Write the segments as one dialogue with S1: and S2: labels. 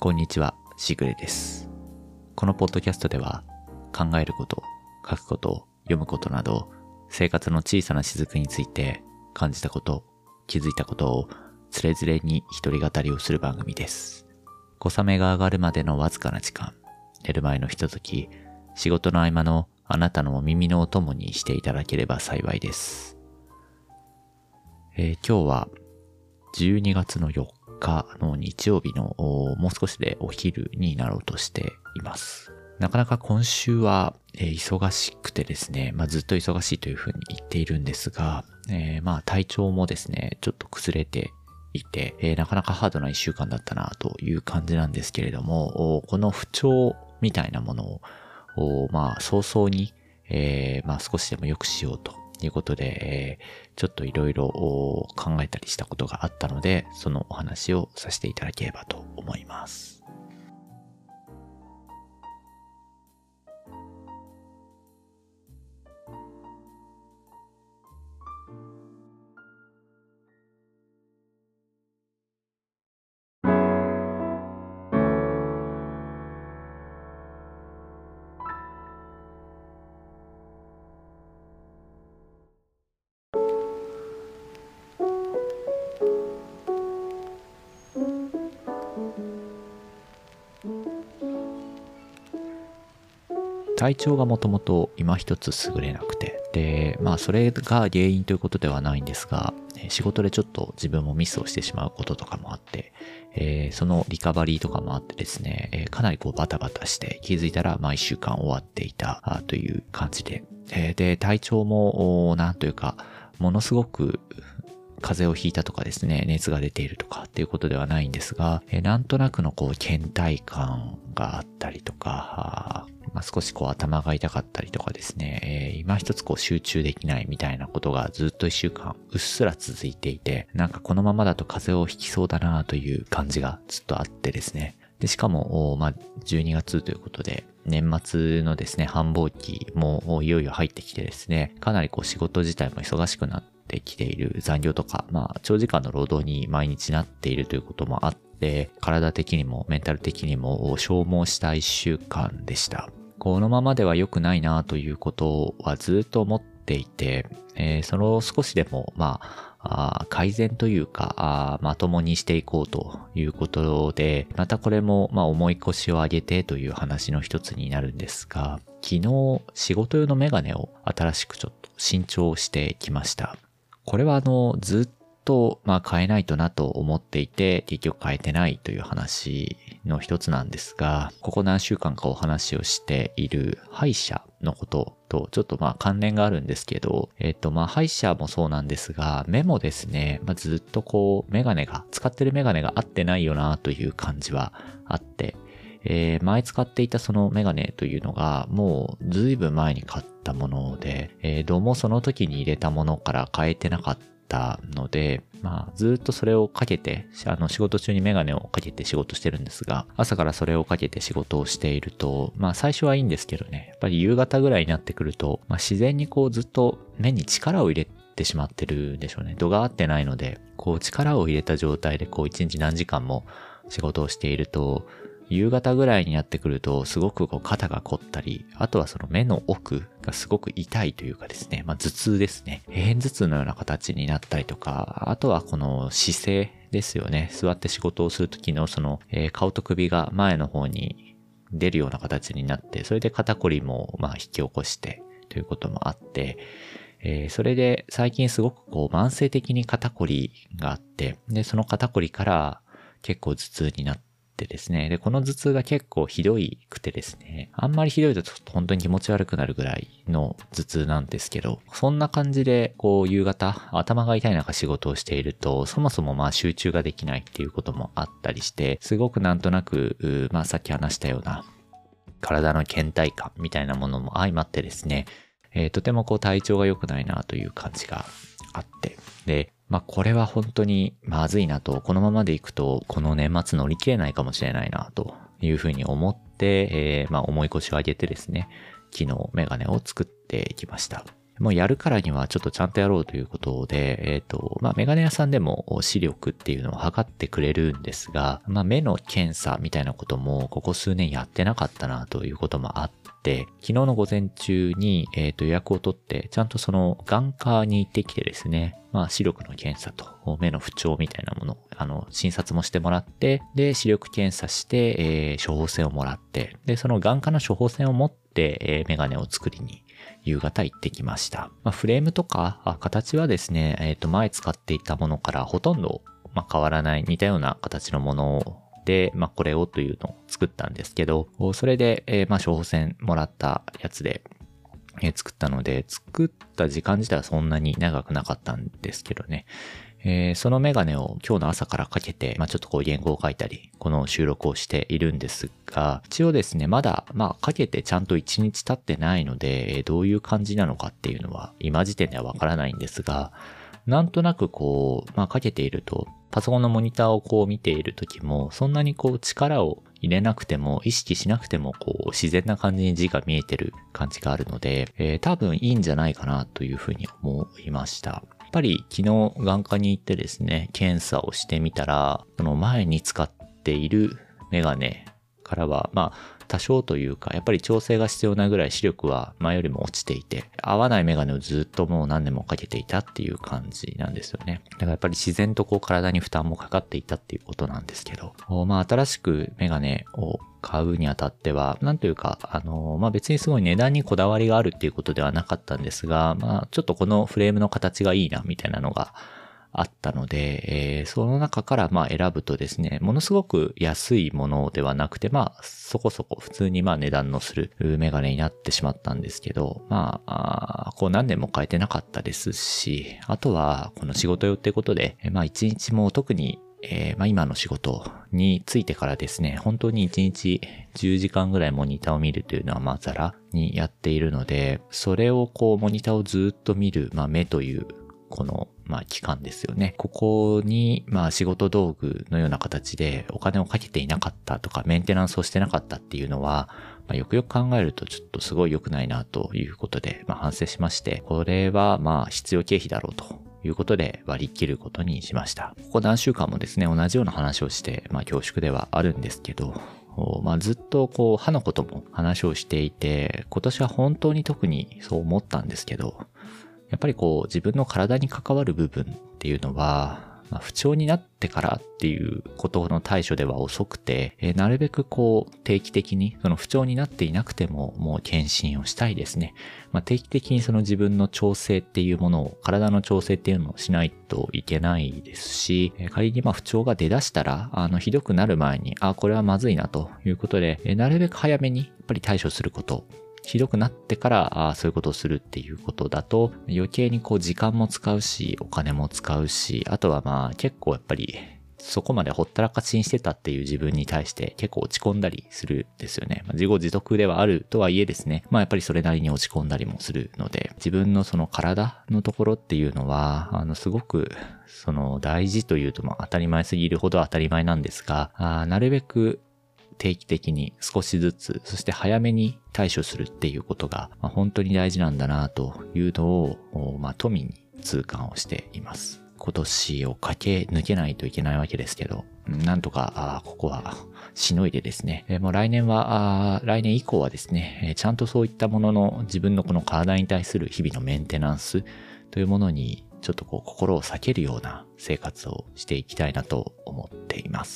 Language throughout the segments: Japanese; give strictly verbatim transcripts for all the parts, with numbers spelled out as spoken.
S1: こんにちは、しぐれです。このポッドキャストでは考えること、書くこと、読むことなど生活の小さな雫について感じたこと、気づいたことをつれづれに一人語りをする番組です。小雨が上がるまでのわずかな時間、寝る前のひととき、仕事の合間のあなたの耳のお供にしていただければ幸いです。えー、今日はじゅうにがつのよっかの日曜日のもう少しでお昼になろうとしています。なかなか今週は、えー、忙しくてですね、まあ、ずっと忙しいというふうに言っているんですが、えー、まあ体調もですね、ちょっと崩れていて、えー、なかなかハードな一週間だったなという感じなんですけれども、この不調みたいなものを、まあ早々に、えー、まあ少しでも良くしようということで、えー、ちょっといろいろ考えたりしたことがあったので、そのお話をさせていただければと思います。体調がもともと今一つ優れなくて、で、まあそれが原因ということではないんですが、仕事でちょっと自分もミスをしてしまうこととかもあって、えー、そのリカバリーとかもあってですね、えー、かなりこうバタバタして気づいたらまあ一週間終わっていたという感じで、えー、で、体調もなんというか、ものすごく風邪をひいたとかですね、熱が出ているとかっていうことではないんですが、えー、なんとなくのこう倦怠感があったりとか、まあ、少しこう頭が痛かったりとかですね、えー、今一つこう集中できないみたいなことがずっと一週間うっすら続いていて、なんかこのままだと風邪をひきそうだなという感じがずっとあってですね。で、しかも、まあ、じゅうにがつということで、年末のですね、繁忙期もいよいよ入ってきてですね、かなりこう仕事自体も忙しくなってきている、残業とか、まあ、長時間の労働に毎日なっているということもあって、体的にもメンタル的にも消耗した一週間でした。このままでは良くないなということはずっと思っていて、えー、その少しでも、まあ、あ改善というかあ、まともにしていこうということで、またこれも、まあ、重い腰を上げてという話の一つになるんですが、昨日仕事用のメガネを新しくちょっと新調してきました。これはあの、ずっと、まあ、変えないとなと思っていて、結局変えてないという話の一つなんですが、ここ何週間かお話をしている歯医者のこととちょっとまあ関連があるんですけど、えっとまあ歯医者もそうなんですが、目もですね、まあ、ずっとこうメガネが、使ってるメガネが合ってないよなという感じはあって、えー、前使っていたそのメガネというのがもうずいぶん前に買ったもので、えー、どうもその時に入れたものから変えてなかったので、まあずっとそれをかけて、あの仕事中にメガネをかけて仕事してるんですが、朝からそれをかけて仕事をしていると、まあ最初はいいんですけどね、やっぱり夕方ぐらいになってくると、まあ自然にこうずっと目に力を入れてしまってるんでしょうね。度が合ってないので、こう力を入れた状態でこう一日何時間も仕事をしていると、夕方ぐらいになってくるとすごくこう肩が凝ったり、あとはその目の奥がすごく痛いというかですね、まあ頭痛ですね。片頭痛のような形になったりとか、あとはこの姿勢ですよね。座って仕事をするときのその、えー、顔と首が前の方に出るような形になって、それで肩こりもまあ引き起こしてということもあって、えー、それで最近すごくこう慢性的に肩こりがあって、で、その肩こりから結構頭痛になって、ですね。で、この頭痛が結構ひどいくてですね。あんまりひどいとちょっと本当に気持ち悪くなるぐらいの頭痛なんですけど、そんな感じで、こう、夕方、頭が痛い中仕事をしていると、そもそもまあ集中ができないっていうこともあったりして、すごくなんとなく、まあさっき話したような、体の倦怠感みたいなものも相まってですね、えー、とてもこう体調が良くないなという感じがあって、で、まあこれは本当にまずいなと、このままでいくとこの年末乗り切れないかもしれないなというふうに思って、えー、まあ重い腰を上げてですね、昨日メガネを作ってきました。 もうやるからにはちょっとちゃんとやろうということで、えっと、まあ、メガネ屋さんでも視力っていうのを測ってくれるんですが、まあ、目の検査みたいなこともここ数年やってなかったなということもあって、昨日の午前中に、えっと、予約を取って、ちゃんとその眼科に行ってきてですね、まあ、視力の検査と目の不調みたいなもの、あの、診察もしてもらって、で、視力検査して、えー、処方箋をもらって、で、その眼科の処方箋を持って、えー、メガネを作りに、夕方行ってきました。まあ、フレームとか形はですね、えっと、前使っていたものからほとんど、まあ、変わらない似たような形のもので、まあ、これをというのを作ったんですけど、それで、えー、まあ、処方箋もらったやつで、えー、作ったので、作った時間自体はそんなに長くなかったんですけどね。えー、そのメガネを今日の朝からかけて、まあ、ちょっとこう原稿を書いたり、この収録をしているんですが、一応ですね、まだ、まあ、かけてちゃんといちにち経ってないので、どういう感じなのかっていうのは、今時点ではわからないんですが、なんとなくこう、まあ、かけていると、パソコンのモニターをこう見ている時も、そんなにこう力を入れなくても、意識しなくても、こう、自然な感じに字が見えてる感じがあるので、えー、多分いいんじゃないかなというふうに思いました。やっぱり昨日眼科に行ってですね、検査をしてみたら、その前に使っているメガネからは、まあ、多少というか、やっぱり調整が必要なぐらい視力は前よりも落ちていて、合わないメガネをずっともう何年もかけていたっていう感じなんですよね。だからやっぱり自然とこう体に負担もかかっていたっていうことなんですけど、まあ新しくメガネを買うにあたっては、なんというか、あの、まあ別にすごい値段にこだわりがあるっていうことではなかったんですが、まあちょっとこのフレームの形がいいなみたいなのがあったので、えー、その中からまあ選ぶとですね、ものすごく安いものではなくて、まあそこそこ普通にまあ値段のするメガネになってしまったんですけど、まあ、あこう何年も変えてなかったですし、あとはこの仕事用ってことで、まあ一日も特にえー、まあ今の仕事についてからですね、本当にいちにちじゅうじかんぐらいモニターを見るというのはまあザラにやっているので、それをこうモニターをずっと見る、まあ目というこのまあ期間ですよね。ここにまあ仕事道具のような形でお金をかけていなかったとかメンテナンスをしてなかったっていうのは、まあ、よくよく考えるとちょっとすごい良くないなということで、まあ、反省しまして、これはまあ必要経費だろうということで割り切ることにしました。ここ何週間もですね、同じような話をして、まあ恐縮ではあるんですけど、まあずっとこう歯のことも話をしていて、今年は本当に特にそう思ったんですけど、やっぱりこう自分の体に関わる部分っていうのは、まあ、不調になってからっていうことの対処では遅くて、えー、なるべくこう定期的にその不調になっていなくてももう検診をしたいですね。まあ、定期的にその自分の調整っていうものを、体の調整っていうのをしないといけないですし、えー、仮にまあ不調が出だしたら、あのひどくなる前に、あ、これはまずいなということで、えー、なるべく早めにやっぱり対処すること。ひどくなってからあそういうことをするっていうことだと余計にこう時間も使うしお金も使うし、あとはまあ結構やっぱりそこまでほったらかしにしてたっていう自分に対して結構落ち込んだりするんですよね。まあ、自業自得ではあるとはいえですね、まあやっぱりそれなりに落ち込んだりもするので、自分のその体のところっていうのはあのすごくその大事というとまあ当たり前すぎるほど当たり前なんですが、あなるべく定期的に少しずつ、そして早めに対処するっていうことが、まあ、本当に大事なんだなというのを、まあ、富に痛感をしています。今年を駆け抜けないといけないわけですけど、なんとか、あここはしのいでですね、えー、もう来年は、あ来年以降はですね、えー、ちゃんとそういったものの自分のこの体に対する日々のメンテナンスというものに、ちょっとこう心を避けるような生活をしていきたいなと思っています。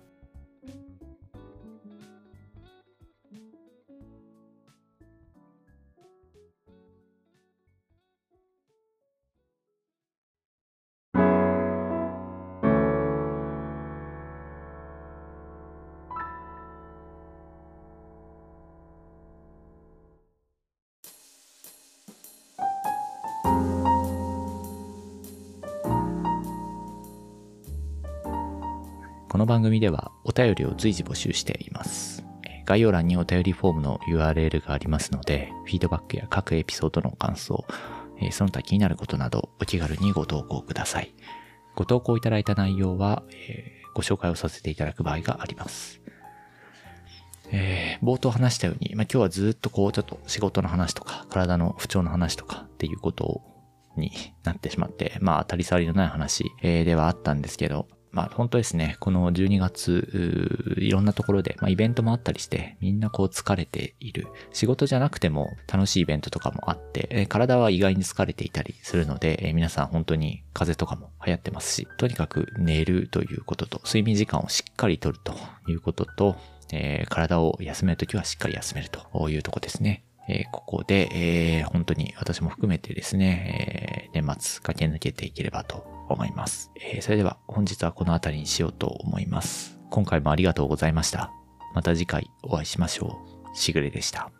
S1: この番組ではお便りを随時募集しています。概要欄にお便りフォームの ユーアールエル がありますので、フィードバックや各エピソードの感想、その他気になることなどお気軽にご投稿ください。ご投稿いただいた内容は、えー、ご紹介をさせていただく場合があります。 えー、冒頭話したように、まあ、今日はずっとこうちょっと仕事の話とか体の不調の話とかっていうことになってしまって、まあ当たり障りのない話、えー、ではあったんですけど、まあ本当ですね、このじゅうにがつ、いろんなところで、まあイベントもあったりして、みんなこう疲れている。仕事じゃなくても楽しいイベントとかもあって、えー、体は意外に疲れていたりするので、えー、皆さん本当に風邪とかも流行ってますし、とにかく寝るということと、睡眠時間をしっかりとるということと、えー、体を休めるときはしっかり休めるというとこですね。えー、ここで、えー、本当に私も含めてですね、えー、年末駆け抜けていければと思います。えー、それでは本日はこの辺りにしようと思います。今回もありがとうございました。また次回お会いしましょう。しぐれでした。